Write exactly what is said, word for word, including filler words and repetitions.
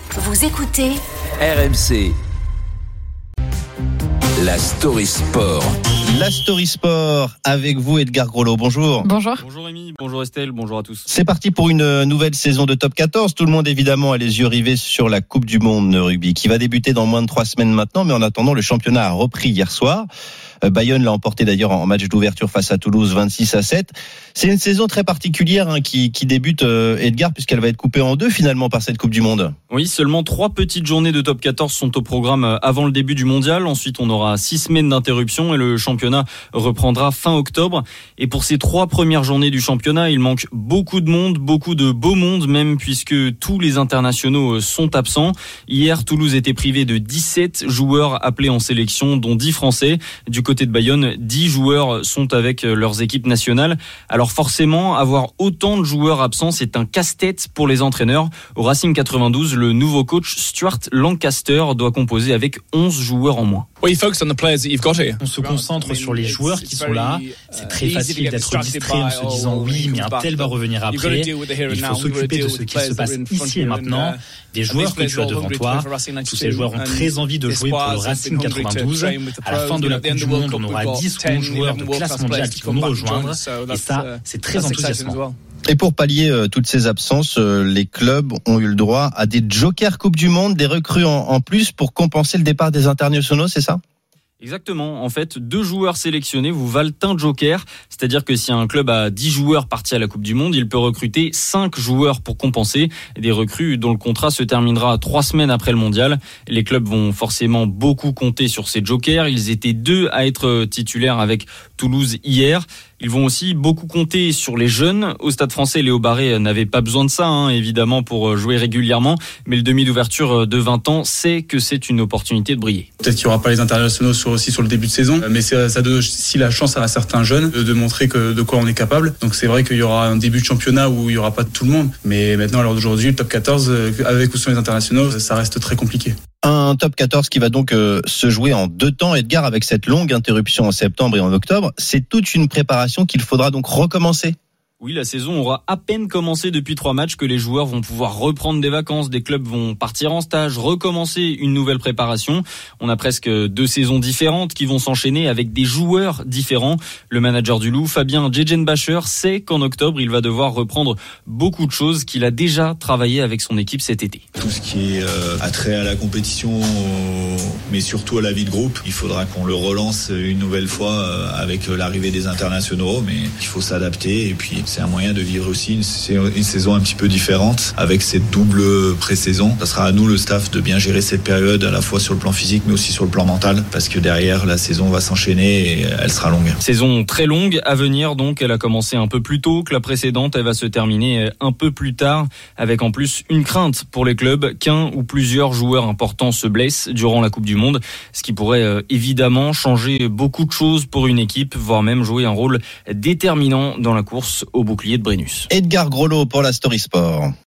Vous écoutez R M C. La Story Sport. La Story Sport avec vous, Edgar Grolot. Bonjour. Bonjour. Bonjour Rémi, bonjour Estelle, bonjour à tous. C'est parti pour une nouvelle saison de Top quatorze. Tout le monde évidemment a les yeux rivés sur la Coupe du Monde de rugby qui va débuter dans moins de trois semaines maintenant. Mais en attendant, le championnat a repris hier soir. Bayonne l'a emporté d'ailleurs en match d'ouverture face à Toulouse vingt-six à sept. C'est une saison très particulière hein, qui, qui débute, euh, Edgar, puisqu'elle va être coupée en deux finalement par cette Coupe du Monde. Oui, seulement trois petites journées de Top quatorze sont au programme avant le début du mondial. Ensuite, on aura six semaines d'interruption et le championnat reprendra fin octobre. Et pour ces trois premières journées du championnat, il manque beaucoup de monde, beaucoup de beau monde même, puisque tous les internationaux sont absents. Hier, Toulouse était privé de dix-sept joueurs appelés en sélection, dont dix Français. Du côté de Bayonne, dix joueurs sont avec leurs équipes nationales. Alors forcément, avoir autant de joueurs absents, c'est un casse-tête pour les entraîneurs. Au Racing quatre-vingt-douze, le nouveau coach Stuart Lancaster doit composer avec onze joueurs en moins. On se concentre sur les joueurs qui sont là. C'est très facile d'être distrait en se disant oui, mais un tel va revenir après. Il faut s'occuper de ce qui se passe ici et maintenant. Des joueurs que tu as devant toi. Tous ces joueurs ont très envie de jouer pour le Racing quatre-vingt-douze. À la fin de la Coupe du Monde, on aura dix ou onze joueurs de classe mondiale qui vont nous rejoindre. Et ça, c'est très enthousiasmant. Et pour pallier euh, toutes ces absences, euh, les clubs ont eu le droit à des jokers Coupe du Monde, des recrues en, en plus pour compenser le départ des internationaux, c'est ça ? Exactement. En fait, deux joueurs sélectionnés vous valent un joker. C'est-à-dire que si un club a dix joueurs partis à la Coupe du Monde, il peut recruter cinq joueurs pour compenser. Des recrues dont le contrat se terminera trois semaines après le mondial. Les clubs vont forcément beaucoup compter sur ces jokers. Ils étaient deux à être titulaires avec Toulouse hier. Ils vont aussi beaucoup compter sur les jeunes. Au Stade Français, Léo Barré n'avait pas besoin de ça, hein, évidemment, pour jouer régulièrement. Mais le demi d'ouverture de vingt ans sait que c'est une opportunité de briller. Peut-être qu'il n'y aura pas les internationaux sur, aussi sur le début de saison, mais c'est, ça donne aussi la chance à certains jeunes de, de montrer que, de quoi on est capable. Donc c'est vrai qu'il y aura un début de championnat où il n'y aura pas tout le monde. Mais maintenant, à l'heure d'aujourd'hui, le top quatorze, avec ou sans les internationaux, ça reste très compliqué. Un top quatorze qui va donc euh, se jouer en deux temps, Edgar, avec cette longue interruption en septembre et en octobre. C'est toute une préparation qu'il faudra donc recommencer. Oui, la saison aura à peine commencé depuis trois matchs que les joueurs vont pouvoir reprendre des vacances, des clubs vont partir en stage, recommencer une nouvelle préparation. On a presque deux saisons différentes qui vont s'enchaîner avec des joueurs différents. Le manager du Loup, Fabien Djedjenbacher, sait qu'en octobre, il va devoir reprendre beaucoup de choses qu'il a déjà travaillé avec son équipe cet été. Tout ce qui est euh, attrait à la compétition, euh, mais surtout à la vie de groupe, il faudra qu'on le relance une nouvelle fois euh, avec l'arrivée des internationaux, mais il faut s'adapter et puis c'est un moyen de vivre aussi une, une saison un petit peu différente avec cette double pré-saison. Ça sera à nous, le staff, de bien gérer cette période à la fois sur le plan physique mais aussi sur le plan mental parce que derrière la saison va s'enchaîner et elle sera longue. Saison très longue à venir donc. Elle a commencé un peu plus tôt que la précédente. Elle va se terminer un peu plus tard avec en plus une crainte pour les clubs qu'un ou plusieurs joueurs importants se blessent durant la Coupe du Monde. Ce qui pourrait évidemment changer beaucoup de choses pour une équipe, voire même jouer un rôle déterminant dans la course au bouclier de Brennus. Edgar Grolot pour la Story Sport.